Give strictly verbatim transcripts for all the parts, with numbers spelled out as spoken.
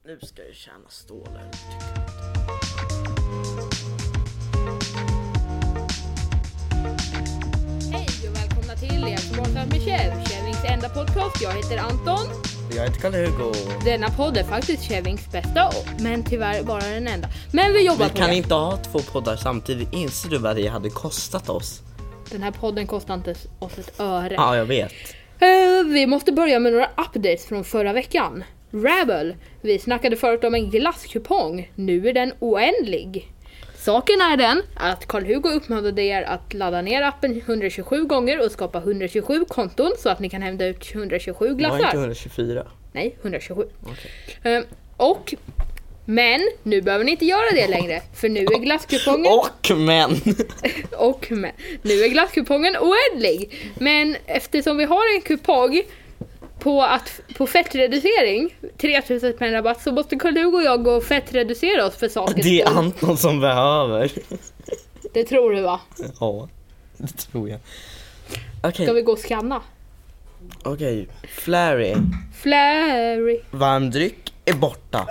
Nu ska jag tjäna stålar. Hej och välkomna till er sponsrad med Kev, Kevings enda podcast. Jag heter Anton. Jag heter Carl-Hugo. Denna podd är faktiskt Kevings bästa, men tyvärr bara den enda. Men vi jobbar vi på kan det. inte ha två poddar samtidigt. Inser du vad det hade kostat oss? Den här podden kostar inte oss ett öre. Ja, jag vet. Uh, vi måste börja med några updates från förra veckan. Rabble. Vi snackade förut om en glasskupong. Nu är den oändlig. Saken är den att Carl-Hugo uppmanade er att ladda ner appen hundratjugosju gånger och skapa hundratjugosju konton så att ni kan hämta ut hundratjugosju glassar. Var inte hundratjugofyra? Nej, hundratjugosju. Okay. Uh, och men nu behöver ni inte göra det längre, för nu är glasskupongen och men och men nu är glasskupongen oändlig. Men eftersom vi har en kupong på att på fettreducering tre tusen spänn rabatt, så måste Carl-Hugo och jag gå och fettreducera oss för saker. Det är Anton som behöver. Det tror du, va? Ja, det tror jag. Okay. Ska vi gå och scanna? Okej, okay. Flary. Flary. Varmdryck är borta.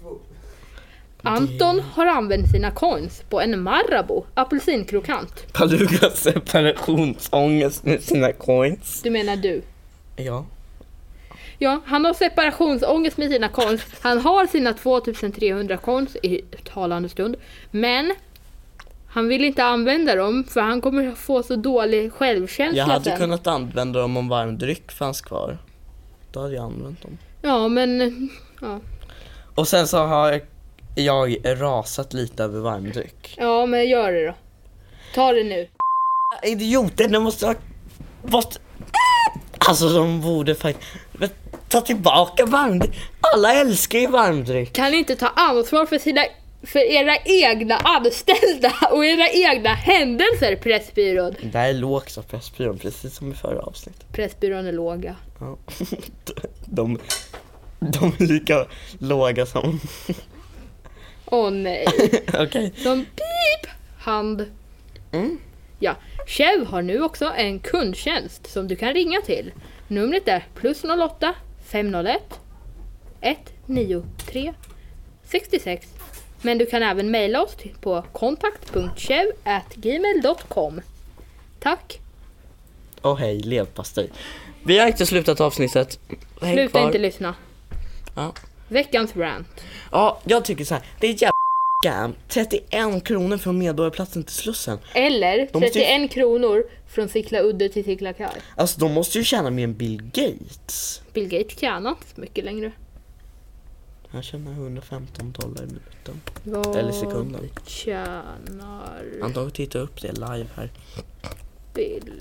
Anton har använt sina coins på en Marabou apelsinkrokant. Carl-Hugo separationsångest med sina coins. Du menar du? Ja. Ja, han har separationsångest med sina coins. Han har sina tvåtusen coins i talande stund. Men han vill inte använda dem för han kommer få så dålig självkänsla. Jag hade sen. kunnat använda dem om varmdryck fanns kvar. Då hade jag använt dem. Ja, men... Ja, Och sen så har jag rasat lite över varmdryck. ja men gör det då. Ta det nu. Idioten, de måste ha... Måste... Alltså de borde faktiskt... Ta tillbaka varmdryck. Alla älskar ju varmdryck. Kan ni inte ta ansvar för sina... för era egna anställda och era egna händelser, Pressbyrån? Det här är lågt av Pressbyrån, precis som i förra avsnittet. Pressbyrån är låga. Ja. De, de är lika låga som... Åh oh, nej. Okej. Okay. Som pip hand. Mm. Ja, Kev har nu också en kundtjänst som du kan ringa till. Numret är plus noll åtta fem noll ett ett nio tre sex sex. Men du kan även mejla oss på kontakt punkt kev at gmail dot com. Tack. Och hej, levpastej. Vi har inte slutat avsnittet. Häng Sluta kvar. inte lyssna. Ja. Veckans rant. Ja, jag tycker så här. Det är jävla scam. trettioen kronor från Medborgarplatsen till Slussen. Eller De måste ju- trettioen kronor från Sickla Udde till Sickla Kaj. Alltså de måste ju tjäna mer än Bill Gates. Bill Gates tjänar inte så mycket längre. Han tjänar hundrafemton dollar i minuten. Vad Eller sekunden. tjänar Anton, titta upp det live här. Bill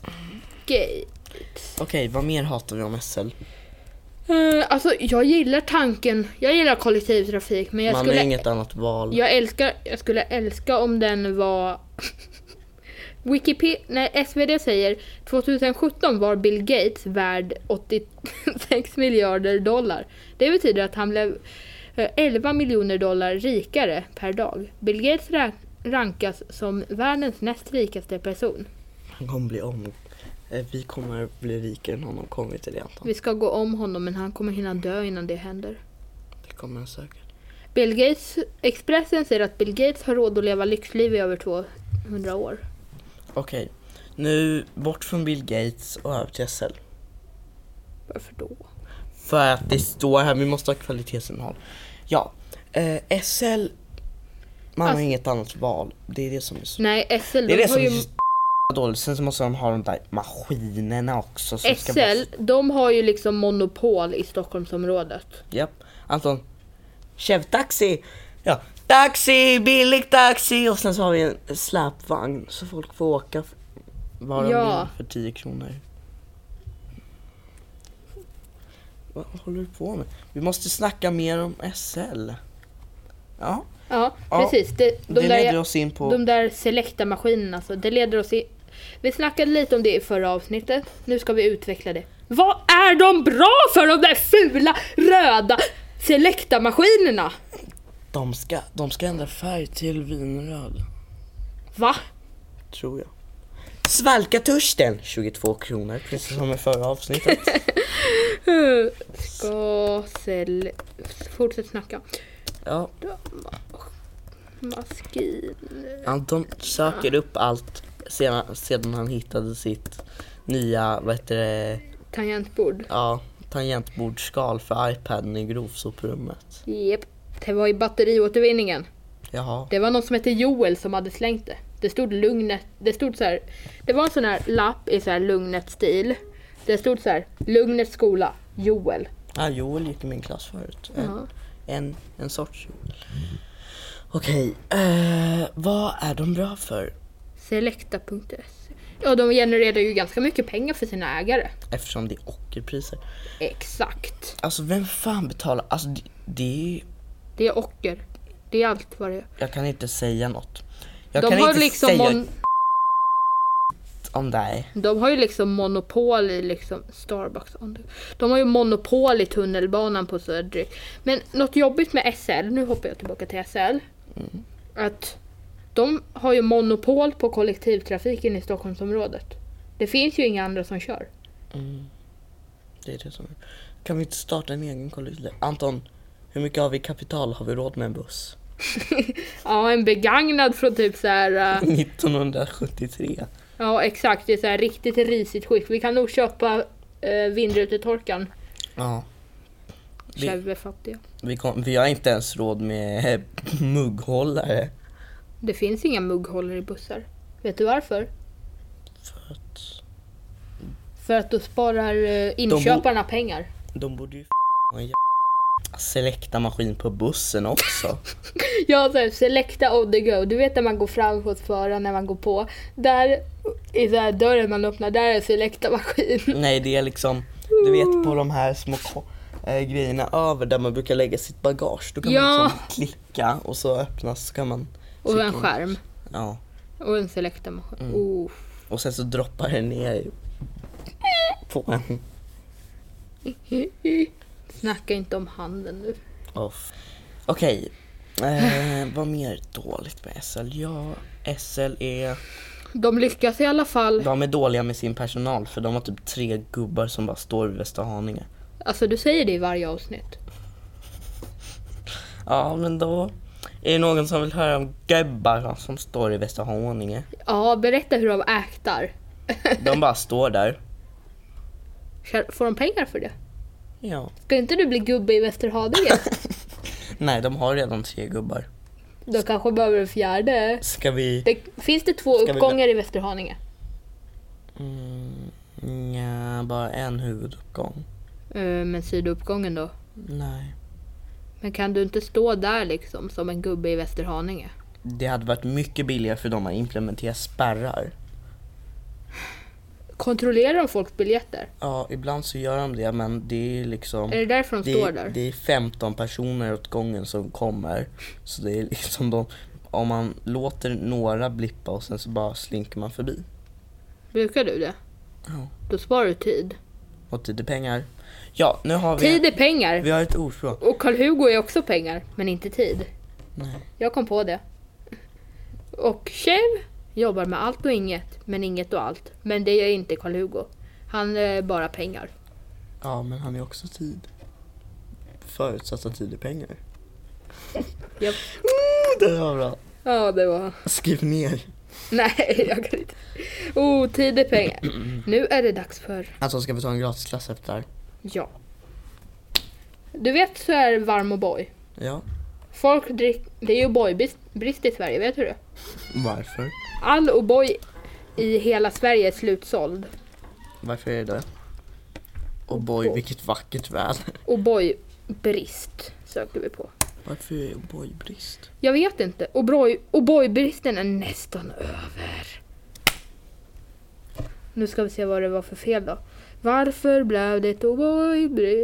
Gates? Okej, vad mer hatar vi om S L? Uh, alltså jag gillar tanken. Jag gillar kollektivtrafik, men jag Man skulle har inget annat val. jag älskar jag skulle älska om den var Wikipedia, nej, S V D säger tjugosjutton var Bill Gates värd åttiosex miljarder dollar. Det betyder att han blev eh, elva miljoner dollar rikare per dag. Bill Gates ra- rankas som världens näst rikaste person. Han kommer bli om. Eh, Vi kommer bli rikare än honom, kommer vi till det, Anton. Vi ska gå om honom, men han kommer hinna dö innan det händer. Det kommer han säkert. Bill Gates, Expressen säger att Bill Gates har råd att leva lyxliv i över tvåhundra år. Okej, nu bort från Bill Gates och över till S L. Varför då? För att det står här, vi måste ha kvalitetsinnehåll. Ja, eh, S L, man Alltså- har inget annat val. Det är det som är så... Nej, S L, Det är de det har som ju... är så dåligt. Sen så måste de ha de där maskinerna också. Som S ska L, de har ju liksom monopol i Stockholmsområdet. bara... Japp, Anton. Cheftaxi! Ja, taxi, billig taxi! Och sen så har vi en släpvagn så folk får åka var de Ja. vill för tio kronor. Vad håller du på med? Vi måste snacka mer om S L. Ja, Ja, Ja, precis. De, de, det leder där, oss in på... de där selecta maskinerna, alltså, det leder oss i... Vi snackade lite om det i förra avsnittet. Nu ska vi utveckla det. Vad är de bra för, de där fula, röda selecta maskinerna? De ska, de ska ändra färg till vinröd, Va? tror jag. Svalka törsten, tjugotvå kronor, precis som i förra avsnittet. Ska sälja... Fortsätt snacka. Ja. Maskin. Anton söker upp allt sedan, sedan han hittade sitt nya, vad heter det? Tangentbord. Ja, tangentbordsskal för iPaden i grovsoprummet. Jep. Det var i batteriåtervinningen. Jaha. Det var någon som hette Joel som hade slängt det. Det stod lugnet. Det stod så här. Det var en sån här lapp i så här lugnet-stil. Det stod så här. Lugnets skola. Joel. Ja, Joel gick i min klass förut. En, Ja. en, en sorts Joel. Okej, eh, vad är de bra för? Selecta punkt se. Ja, de genererar ju ganska mycket pengar för sina ägare. Eftersom det är ockerpriser. Exakt. Alltså vem fan betalar? Alltså det, det är... Det är ocker. Det är allt vad det är. Jag kan inte säga något. Jag De kan har inte liksom säga mon- om det. De har ju liksom monopol i liksom Starbucks. De har ju monopol i tunnelbanan på Södra. Men något jobbigt med S L, nu hoppar jag tillbaka till S L. Mm. Att de har ju monopol på kollektivtrafiken i Stockholmsområdet. Det finns ju inga andra som kör. Mm. Det är det som är. Kan vi inte starta en egen kollektiv? Anton, hur mycket har vi kapital? Har vi råd med en buss? Ja, en begagnad från typ så här. Uh, nittonhundrasjuttiotre. ja, exakt. Det är så här riktigt risigt skick. Vi kan nog köpa uh, vindrutetorkaren. Ja. Vi, Kävefattiga. vi, kom, vi har inte ens råd med mugghållare. Det finns inga mugghållare i bussar. Vet du varför? För att För att då sparar uh, inköparna pengar. de borde ju ha en selekta maskin på bussen också. Ja, så här, selecta on the go. Du vet när man går fram hos föraren när man går på. Där i så här dörren man öppnar, där är selecta maskin. Nej, det är liksom, du vet på de här små ko- äh, grejerna över där man brukar lägga sitt bagage. Då kan Ja. man liksom klicka och så öppnas så kan man Och en cykla. skärm. Ja. Och en selecta maskin. Mm. Oh. Och sen så droppar det ner på en. Snacka inte om handen nu. Off. Okej, eh, vad mer dåligt med S L? Ja, S L är... De lyckas i alla fall. De är dåliga med sin personal för de har typ tre gubbar som bara står vid Västerhaninge. Alltså du säger det i varje avsnitt. Ja, men då är det någon som vill höra om gubbar som står i Västerhaninge. Ja, berätta hur de äktar. De bara står där. Får de pengar för det? Ja. Ska inte du bli gubbe i Västerhaninge? Nej, de har redan tre gubbar. Då kanske behöver en fjärde. Ska vi... Det, finns det två Ska vi- uppgångar i Västerhaninge? Mm, ja, bara en huvuduppgång. Uh, men sidouppgången då? Nej. Men kan du inte stå där liksom som en gubbe i Västerhaninge? Det hade varit mycket billigare för dem att implementera spärrar. Kontrollerar de folks biljetter? Ja, ibland så gör de det, men det är liksom... Är det därför de det, står där? det är femton personer åt gången som kommer. Så det är liksom de... Om man låter några blippa och sen så bara slinker man förbi. Brukar du det? Ja. Då sparar du tid. Och tid är pengar. Ja, nu har vi... Tid är pengar. Vi har ett ordspråk. Och Karl-Hugo är också pengar, men inte tid. Nej. Jag kom på det. Och Chev jobbar med allt och inget, men inget och allt. Men det är inte Karl-Hugo. Han är bara pengar. Ja, men han är också tid. Förutsatt att tid är pengar. Japp. Oh, det var bra. Ja, det var... Skriv ner. Nej, jag kan inte. Oh, tid är pengar. Nu är det dags för... Alltså, ska vi ta en gratisklass efter det här? Ja. Du vet så är varm och boy. Ja. Folk drick... Det är ju boybrist i Sverige, vet du det? Varför? All O'boy i hela Sverige är slutsåld. Varför är det? Och boy, vilket vackert väder. O'boy-brist söker vi på. Varför är boybrist? Jag vet inte. O'boy- O'boy-bristen är nästan över. Nu ska vi se vad det var för fel då. Varför blev det O'boy-brist?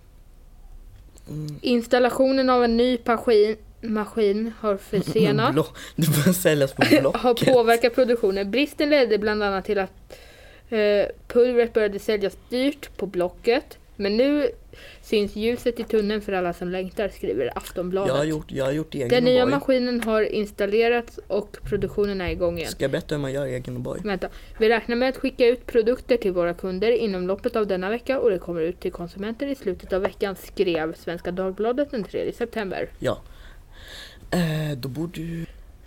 Mm. Installationen av en ny maskin, maskin har försenat. Blo- det börjar säljas på Blocket. har påverkat produktionen. Bristen ledde bland annat till att eh, pulvret började säljas dyrt på Blocket. Men nu syns ljuset i tunneln för alla som längtar, skriver Aftonbladet. Jag har gjort, jag har gjort egen Den nya O'boy. maskinen har installerats och produktionen är igång igen. Ska jag berätta hur man gör egen O'boy? Vänta. Vi räknar med att skicka ut produkter till våra kunder inom loppet av denna vecka och det kommer ut till konsumenter i slutet av veckan, skrev Svenska Dagbladet den tredje september. Ja. Eh, då borde du...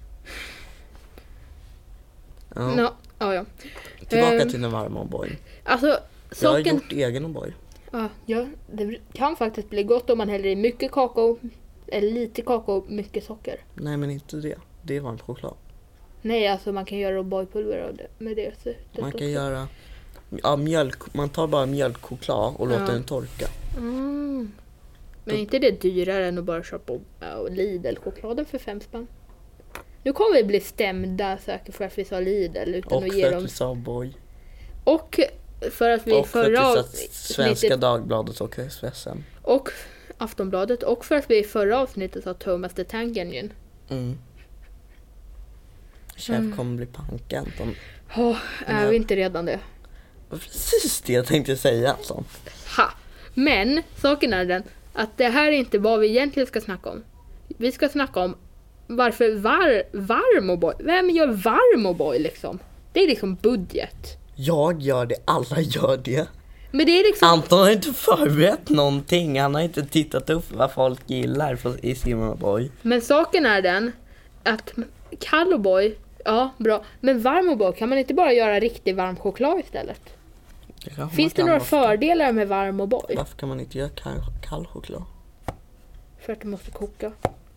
Ja. No, ja, ja. Tillbaka Ehm, till den varma O'boy. Alltså, Jag har saken... gjort egen O'boy. Ja, ja, det kan faktiskt bli gott om man häller i mycket kakao, eller lite kakao, mycket socker. Nej, men inte det. Det är varmt choklad. Nej, alltså man kan göra O'boy-pulver av det, med det. Så det Man kan också. göra... Ja, mjölk. Man tar bara mjölkchoklad och låter Ja. den torka. Mm. Men är inte det dyrare än att bara köpa uh, Lidl-chokladen för fem spänn? Nu kommer vi bli stämda säkert för att vi sa Lidl utan Och att för ge att dem... vi sa O'boy. Och för att vi Och för förra att vi sa Svenska avsnittet... Dagbladet och Expressen. Och Aftonbladet. Och för att vi i förra avsnittet sa Thomas the Tank Engine. Mm. Chef Mm. kommer bli panken. De... Oh, är Ja. vi inte redan det? Precis det jag tänkte säga. Så. Ha! Men saken är den att det här är inte vad vi egentligen ska snacka om. Vi ska snacka om varför var, varm O'boy. Vem gör varm O'boy liksom? Det är liksom budget. Jag gör det, alla gör det. Men det är liksom... Anton har inte förberett någonting. Han har inte tittat upp vad folk gillar i sin O'boy. Men saken är den att kall O'boy, ja bra. Men varm O'boy kan man inte bara göra riktigt varm choklad istället? Det Finns det några fördelar med varm O'boy? Varför kan man inte göra kall, kall choklad? För att det måste koka.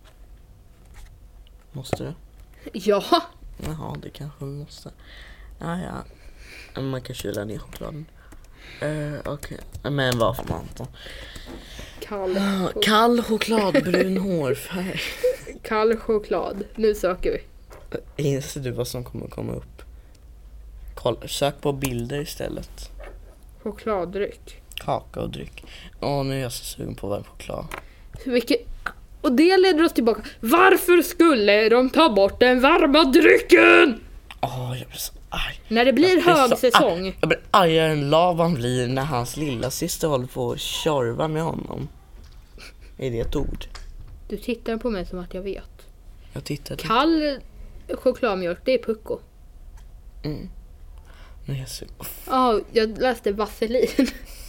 Måste det? Ja, Jaha, det kanske man måste. Ah, ja, men man kan kyla ner chokladen. Uh, Okej, okay. Men varför man inte? kall, Kall choklad, brun hårfärg. kall choklad. Nu söker vi. Inser du vad som kommer komma upp? Kolla, sök på bilder istället. Chokladdryck. Kakaodryck. Åh, nu är jag så sugen på varm choklad. Vilket... Och det leder oss tillbaka. Varför skulle de ta bort den varma drycken? Åh, jag blir så arg. När det blir Jag blir så högsäsong. arg. Jag blir argare än lavan blir när hans lilla syster håller på att tjorva med honom. Är det ett ord? Du tittar på mig som att jag vet. Jag tittade. Kall chokladmjölk, det är pucko. Mm. Nu är jag så... Ja, jag läste vaselin.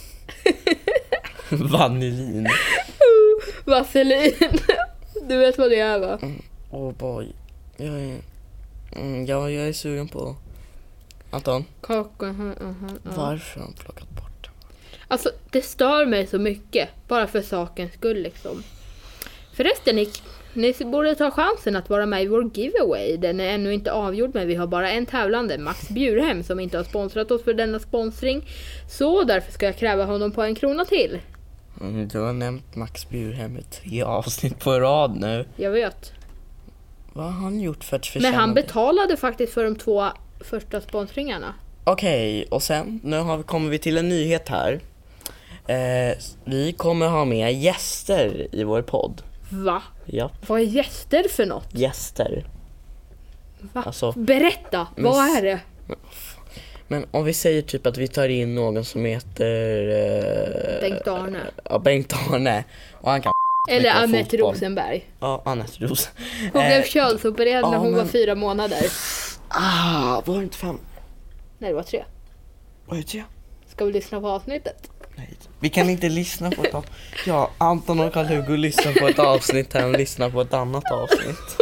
Vanillin. Vaselin. Du vet vad det är, va? Mm. Åh, boy. Jag är... Mm, ja, jag är sugen på... Anton, Kakor. Uh, uh, uh. varför har han plockat bort den? Alltså, det stör mig så mycket. Bara för sakens skull, liksom. Förresten, ni, ni borde ta chansen att vara med i vår giveaway. Den är ännu inte avgjord, men vi har bara en tävlande, Max Bjurhem, som inte har sponsrat oss för denna sponsring. Så därför ska jag kräva honom på en krona till. Mm, du har nämnt Max Bjurhem i tre avsnitt på rad nu. Jag vet. Vad har han gjort för att förtjäna Men han det? betalade faktiskt för de två första sponsringarna. Okej, och sen nu har vi, kommer vi till en nyhet här. Eh, vi kommer ha med gäster i vår podd. Va? Ja, Vad är gäster för något? gäster. Va? Alltså, Berätta, men vad s- är det? men om vi säger typ att vi tar in någon som heter... Eh, Bengt Arne. Ja, Bengt Arne. Och han kan Eller mycket om Anette fotboll. Rosenberg. Ja, Anette Ros. Hon Eh, blev könsopererad när ja, hon var men- fyra månader. Ah, var det inte fem? Nej, det var tre. Vad heter jag? Ska vi lyssna på avsnittet? Nej, vi kan inte lyssna på ett avsnitt. Ja, Anton och Carl-Hugo lyssnar på ett avsnitt här och lyssnar på ett annat avsnitt.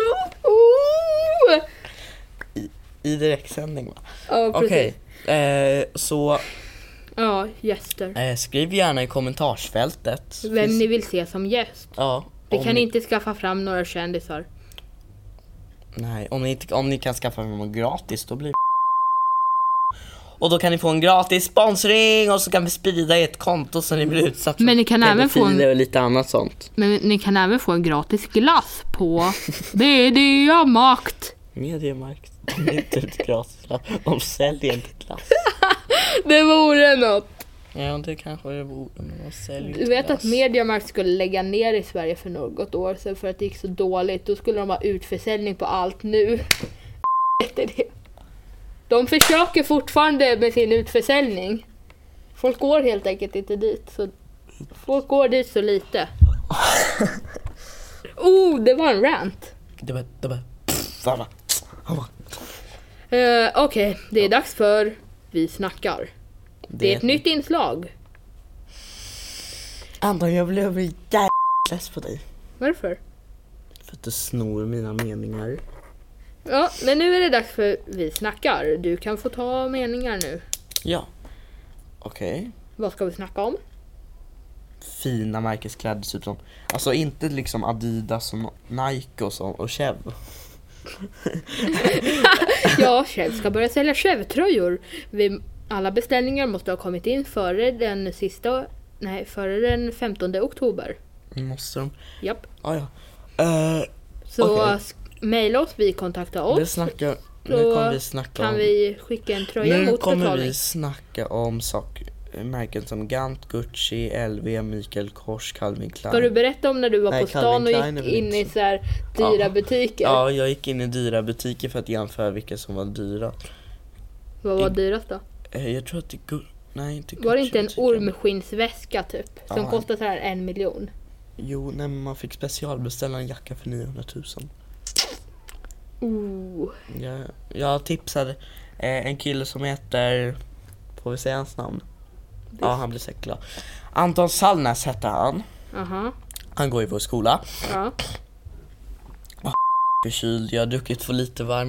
Oh! I direktsändning, va? Ja, precis. Okej, eh, så Ja, gäster. eh, skriv gärna i kommentarsfältet. Vem Finns- ni vill se som gäst. Ja, Vi om kan ni, inte skaffa fram några kändisar. Nej, om ni, inte, om ni kan skaffa något gratis, då blir det... Och då kan ni få en gratis sponsring och så kan vi sprida ert konto så ni blir utsatt för Men ni kan även få en- pedofiler och lite annat sånt. Men ni kan även få en gratis glass på Mediamarkt. Mediamarkt, de är inte ut gratis. De säljer inte glass. Det vore något. Ja, det kanske det borde, men de säljer inte Du vet glass. att Mediamarkt skulle lägga ner i Sverige för något år sedan för att det gick så dåligt. Då skulle de ha utförsäljning på allt nu. Vet du det? De försöker fortfarande med sin utförsäljning. Folk går helt enkelt inte dit. Så Folk går dit så lite. Oh, det var en rant. Det var, det var, pff, han bara, han bara. Uh, Okej, okay. Det är dags för Vi snackar. Det, det är ett nytt inslag. Anton, jag blev jävligt less på dig. Varför? För att du snor mina meningar. Ja, men nu är det dags för Vi snackar. Du kan få ta meningar nu. Ja. Okej. Okay. Vad ska vi snacka om? Fina märkeskläder typ som. Alltså inte liksom Adidas och Nike och så och Chev. Ja, Chev ska börja sälja Chev-tröjor. Vi, alla beställningar måste ha kommit in före den sista, nej, före den femtonde oktober. Måste de? Japp. Ah, ja. Uh, så okay. Mejla oss, vi kontaktar oss. Vi snackar, nu kommer vi snacka kan om, vi skicka en tröja nu mot betalning. Nu kommer vi snacka om saker, märken som Gant, Gucci, L V, Mikael Kors, Calvin Klein. Ska du berätta om när du var Nej, på stan och Klein gick in i så här dyra ja. butiker? Ja, jag gick in i dyra butiker för att jämföra vilka som var dyra. Vad var I, dyrast då? Jag tror att det är Nej, inte Var det inte en ormskinsväska typ? Som ja. kostade så här en miljon? Jo, nej, man fick specialbeställa en jacka för niohundratusen. Oh. Jag, jag tipsade eh, en kille som heter, får vi säga hans namn? Visst. Ja, han blir säkert glad. Anton Sallnäs hette han. Aha. Han går i vår skola. Ja. Oh, förkyld, jag har druckit för lite varm.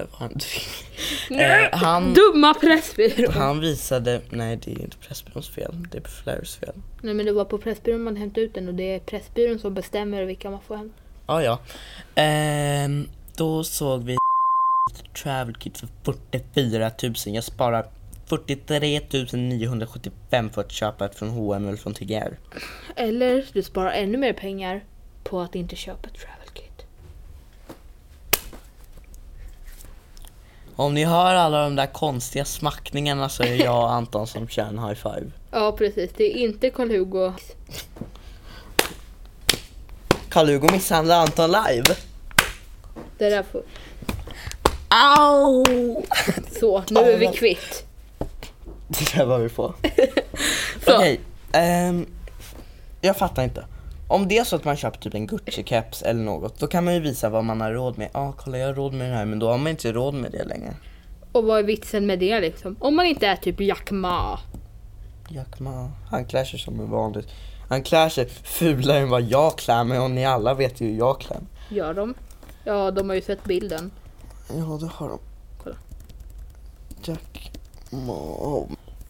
eh, han, Dumma Pressbyrån. Han visade, nej det är inte Pressbyråns fel, det är Flares fel. Nej, men det var på Pressbyrån man hämtade ut den och det är Pressbyrån som bestämmer vilka man får hem. Ah, ja, ja. Eh, då såg vi travel kit för fyrtiofyra tusen. Jag sparar fyrtiotre tusen niohundrasjuttiofem för att köpa ett från H och M eller från T G R. Eller du sparar ännu mer pengar på att inte köpa ett travel kit. Om ni hör alla de där konstiga smackningarna så är jag och Anton som kör en high five. Ja, precis. Det är inte Carl-Hugo. Carl-Hugo misshandlar Anton live. Det där får... Au! Så, nu är vi kvitt. Det där var vi på. Okej, okay, um, jag fattar inte. Om det är så att man köper typ en Gucci-caps eller något, då kan man ju visa vad man har råd med. Ja, ah, kolla jag har råd med det här, men då har man inte råd med det längre. Och vad är vitsen med det liksom? Om man inte är typ Jack Ma. Jack Ma, han klär sig som en vanligt. Han klär sig fulare än vad jag klär mig, och ni alla vet ju hur jag klär mig. Gör de? Ja, de har ju sett bilden. Ja, det har de. Kolla. Jack Ma.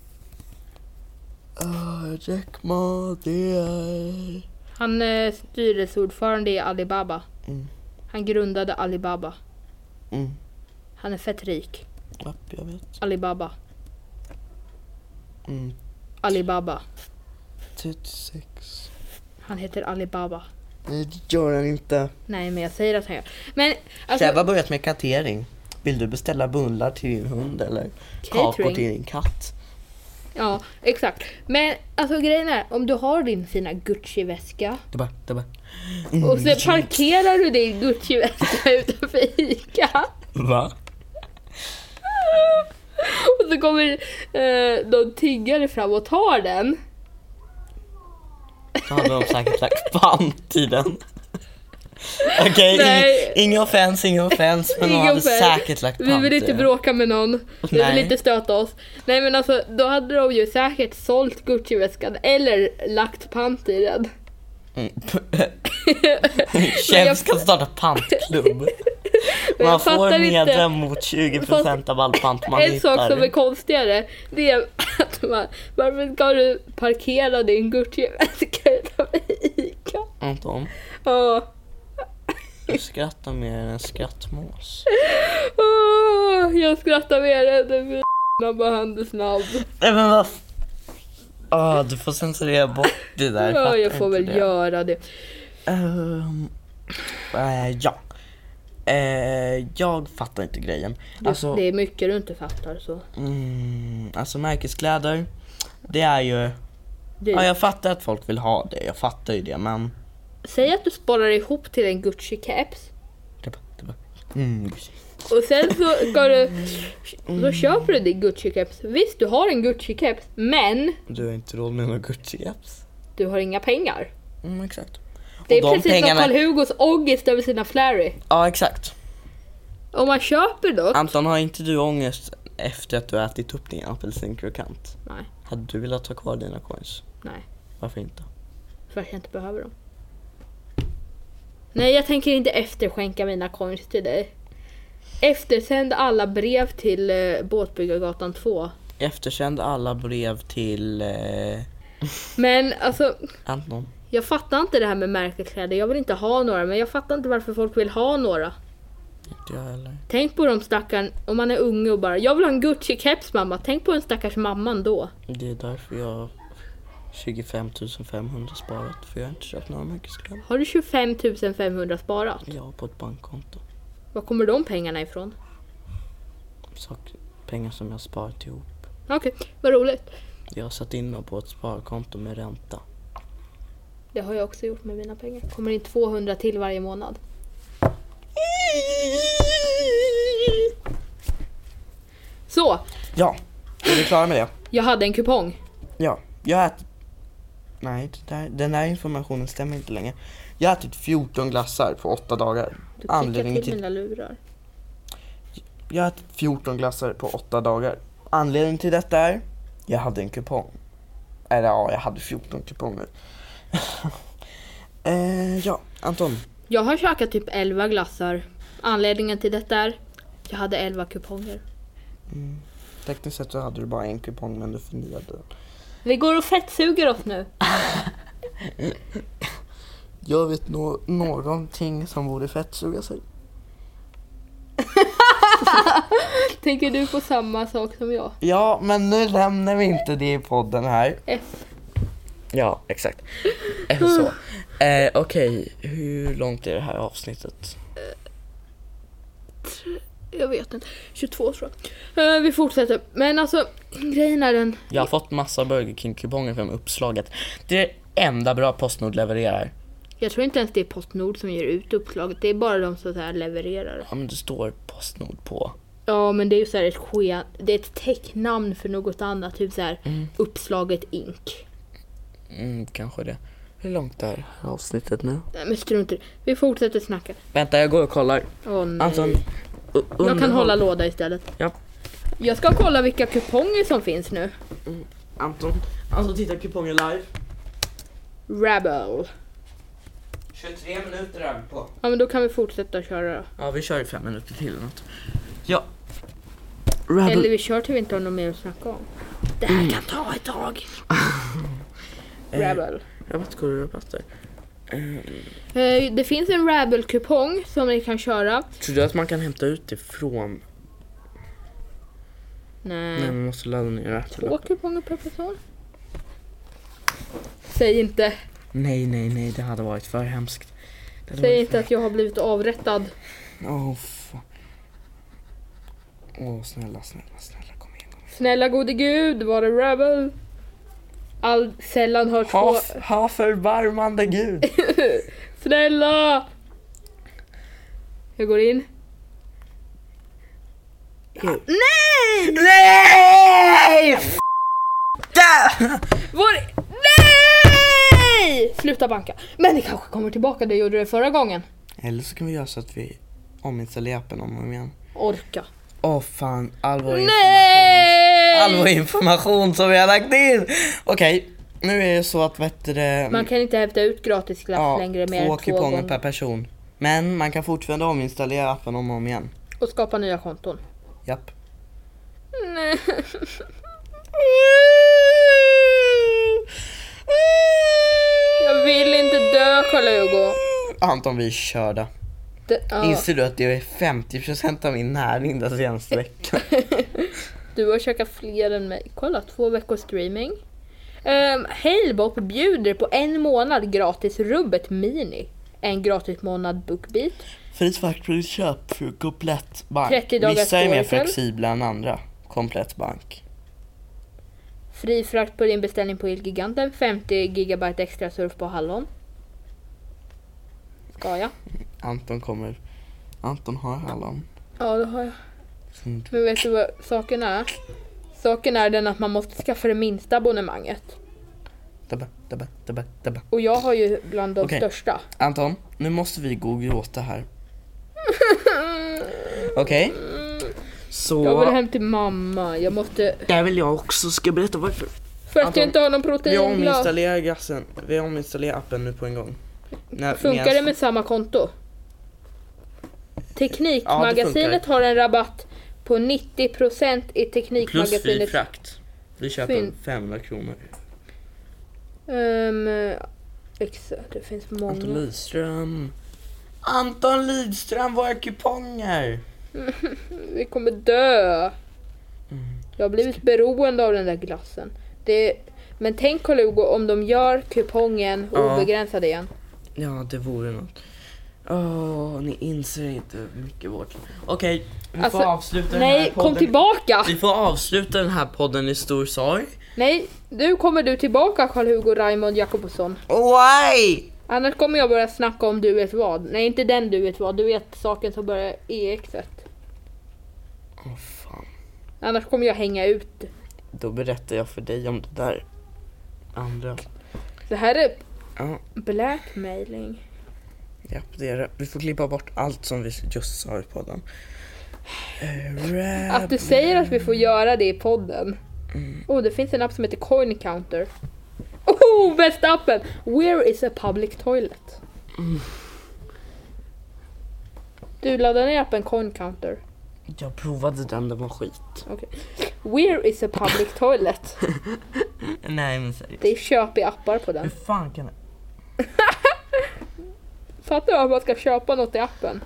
Uh, Jack Ma, det är... Han är styrelseordförande i Alibaba. Mm. Han grundade Alibaba. Mm. Han är fett rik. Ja, jag vet. Alibaba. Mm. Alibaba. trettiosex. Han heter Alibaba. Nej, det gör han inte. Nej, men jag säger att han gör. Men alltså... Jag har börjat med katering. Vill du beställa bullar till din hund eller catering. Kakor till din katt? Ja, exakt. Men alltså grejen är, om du har din fina Gucci-väska det bara, det bara. Mm, och så parkerar du din Gucci-väska utanför Ica. Va? Och så kommer eh, de tiggare fram och tar den. Då hade de säkert lagt pant i den. Okej, okay, ingen offens, ingen offens, men ingen de hade offense. Säkert lagt pant. Vi vill inte bråka med någon. Vi Nej. vill inte stöta oss. Nej, men alltså, då hade de ju säkert sålt Gucci-väskan eller lagt pant i den. Mm. Chef ska starta pantklubb. Man får medlem mot tjugo procent av all pant man en hittar. En sak som är konstigare, det är att man, varför ska du parkera din Gucci-väska utanför Ica? Anton. Ja. Du skrattar mer än en skrattmås. Oh, jag skrattar mer än en snabba handelsnabb. Nej, men vad... Oh, du får censurera bort det där. Ja, jag får väl det. göra det. Um, äh, ja. Uh, jag fattar inte grejen. Du, alltså, det är mycket du inte fattar så. Mm, alltså märkeskläder, det är ju... Det. Ja, jag fattar att folk vill ha det. Jag fattar ju det, men... Säg att du sparar ihop till en Gucci-caps. Det bara, det bara. Mm. Och sen så ska du... Så köper du din Gucci-caps. Visst, du har en Gucci-caps, men... Du har inte råd med någon Gucci-caps. du har inga pengar. Mm, exakt. Det är Och de precis pengarna... som Karl-Hugos ångest över sina Flary. Ja, exakt. Om man köper något... Anton, har inte du ångest efter att du har ätit upp din apelsinkrokant? Nej. Hade du velat ta kvar dina coins? Nej. Varför inte? För att jag inte behöver dem. Nej, jag tänker inte efterskänka mina coins till dig. Eftersänd alla brev till eh, Båtbyggargatan två. Eftersänd alla brev till eh... Men alltså, Anton. jag fattar inte det här med märkeskläder. Jag vill inte ha några, men jag fattar inte varför folk vill ha några. Inte jag heller. Tänk på de stackarn, om man är unge och bara, jag vill ha en Gucci-keps mamma. Tänk på den stackars mamman då. Det är därför jag har tjugofem tusen femhundra sparat. För jag har inte köpt några märkeskläder. Har du tjugofem tusen femhundra sparat? Ja, på ett bankkonto. Var kommer de pengarna ifrån? Sak, pengar som jag har sparat ihop. Okej, vad roligt. Jag har satt in dem på ett sparkonto med ränta. Det har jag också gjort med mina pengar. Kommer in tvåhundra till varje månad. Så, Ja, är vi klara med det? jag hade en kupong. Ja, jag har ätit... Nej, det där, den här informationen stämmer inte längre. Jag har ätit fjorton glassar på åtta dagar. Du klickar Anledningen till till... mina lurar. Jag har ätit fjorton glassar på åtta dagar. Anledningen till detta är... Jag hade en kupong. Eller ja, jag hade fjorton kuponger. eh, ja, Anton. Jag har käkat typ elva glassar. Anledningen till detta är, jag hade elva kuponger. Mm. Tekniskt sett så hade du bara en kupong, men du förnyade den. Vi går och fettsuger oss nu. Jag vet no- någonting som borde fettsuga sig. Tänker du på samma sak som jag? Ja, men nu lämnar vi inte det i podden här. F. Ja, exakt. Eh, så. Eh, Okej, okay. Hur långt är det här avsnittet? Jag vet inte. tjugotvå tror jag. Uh, vi fortsätter. Men alltså, grejen är den... Jag har fått massa Burger King-kuponger från uppslaget. Det är det enda bra Postnord levererar. Jag tror inte ens det är Postnord som ger ut uppslaget. Det är bara de som så här levererar. Ja, men det står Postnord på. Ja, men det är ju så här ett sken... Det är ett täcknamn för något annat. Typ så här Mm. uppslaget Ink. Mm, kanske det. Hur långt är avsnittet nu? Nej, men strunt i det. Vi fortsätter snacka. Vänta, jag går och kollar. Åh nej. Anton, u- Jag kan underhåll- hålla låda istället. Ja. Jag ska kolla vilka kuponger som finns nu. Anton, Anton tittar kuponger live. Rabble. tjugotre minuter är vi på. Ja, men då kan vi fortsätta köra då. Ja, vi kör i fem minuter till eller något. Ja. Eller vi kör till vi inte har något mer att snacka om. Det här kan ta ett tag. Rabble. Rabattkod, rabatter. Mm. Eh, Det finns en Rabble-kupong som ni kan köra. Tror du att man kan hämta ut det från... Nej. Nej, man måste ladda ner det. Två kuponger per person. Säg inte. Nej, nej, nej, det hade varit för hemskt. Det hade Säg varit inte för... att jag har blivit avrättad. Åh, oh, fan. Åh, snälla, snälla, snälla, kom igen, kom igen. Snälla gode gud, var det Rabble? All sällan hört Ha, två... f- ha förbarmande gud. Snälla! Jag går in. Gud. Nej! Nej! F- där! Var... Nej! Sluta banka. Men det kanske kommer tillbaka, det gjorde det förra gången. Eller så kan vi göra så att vi ominstallerar appen om och om igen. Orka. Åh fan, all vår information. Nej! All vår information som vi har lagt in. Okej, nu är det så att vet du det, Man kan inte hämta ut gratis glass ja, längre mer två än två kuponger gånger. per person. Men man kan fortfarande ominstallera appen om och om igen. Och skapa nya konton. Japp. Nej. Jag vill inte dö, Karl-Hugo. Anton, vi är körda. Det, ja. Inser du att det är femtio procent av min näring den senaste veckan? Du har käkat fler än mig. Kolla, två veckors streaming. Um, Halebop bjuder på en månad gratis rubbet mini. En gratis månad bookbeat. Fritt faktiskt köp för komplett bank. trettio dagars Vissa är mer Oracle. flexibla än andra. Komplett bank. Fri frakt på din beställning på Elgiganten. femtio gigabyte extra surf på Hallon. Ska jag? Anton kommer. Anton har hallon. Ja, det har jag. Mm. Men vet du vad saken är? Saken är den att man måste skaffa det minsta abonnemanget. dabba, dabba, dabba, dabba. Och jag har ju bland de Okej. största. Anton, nu måste vi gå och gråta här. Okej? Så... Jag vill hem till mamma. Jag måste... Där vill jag också. Ska jag berätta varför? För att Anton, jag inte har någon Vi proteinglas. ominstallerar gassen. Vi ominstallerar appen nu på en gång. När, Funkar med- det med samma konto? Teknikmagasinet funkar. har en rabatt på nittio procent i Plus fri Teknikmagasinet. frakt. Vi köper Fin- femhundra kronor. Um, ex- det finns Anton många. Lidström. Anton Lidström, våra kuponger. Vi kommer dö. Mm. Jag har blivit beroende av den där glassen. Det, men tänk Carl-Hugo om de gör kupongen Ja. obegränsad igen. Ja, det vore något. Åh, ni inser inte hur mycket vårt... Okej, vi Alltså, får avsluta den här Nej, podden. kom tillbaka! Vi får avsluta den här podden i stor sorg. Nej, nu kommer du tillbaka Carl-Hugo Raymond Jakobsson. Why? Annars kommer jag börja snacka om du vet vad. Nej, inte den du vet vad. Du vet saken som börjar E X-et. Åh fan. Annars kommer jag hänga ut. Då berättar jag för dig om det där andra. Det här är Ja, blackmailing. ja det är det. Vi får klippa bort allt som vi just sa i podden. Eh, Att du säger att vi får göra det i podden. Mm. Oh, det finns en app som heter Coin Counter. Oh, bästa appen! Where is a public toilet? Mm. Du laddar ner appen Coin Counter. Jag provade den, den var skit. Okay. Where is a public toilet? Nej men seriöst. Det är köp i appar på Hur den. fan kan det? Fattar du att man ska köpa något i appen?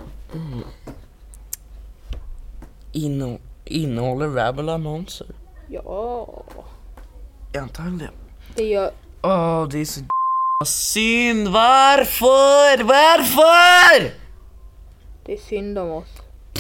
Inno- innehåller Rabble annonser? Ja, Jag antar det. det gör... Åh, det är så j***a synd. Varför? Varför? Det är synd om oss.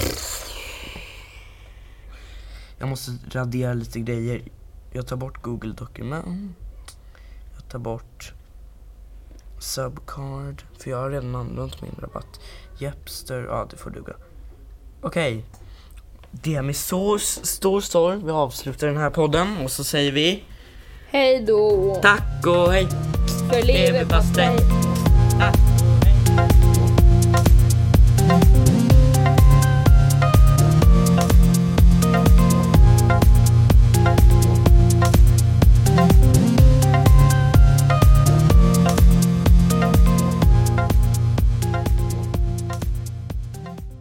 Jag måste radera lite grejer. Jag tar bort Google dokument. Jag tar bort Subcard. För jag har redan använt min rabatt. Jepster, ja det får duga. Okej. Det är med så stor sorg vi avslutar den här podden. Och så säger vi Hej då! tack och hej. För leverpastej. Ah.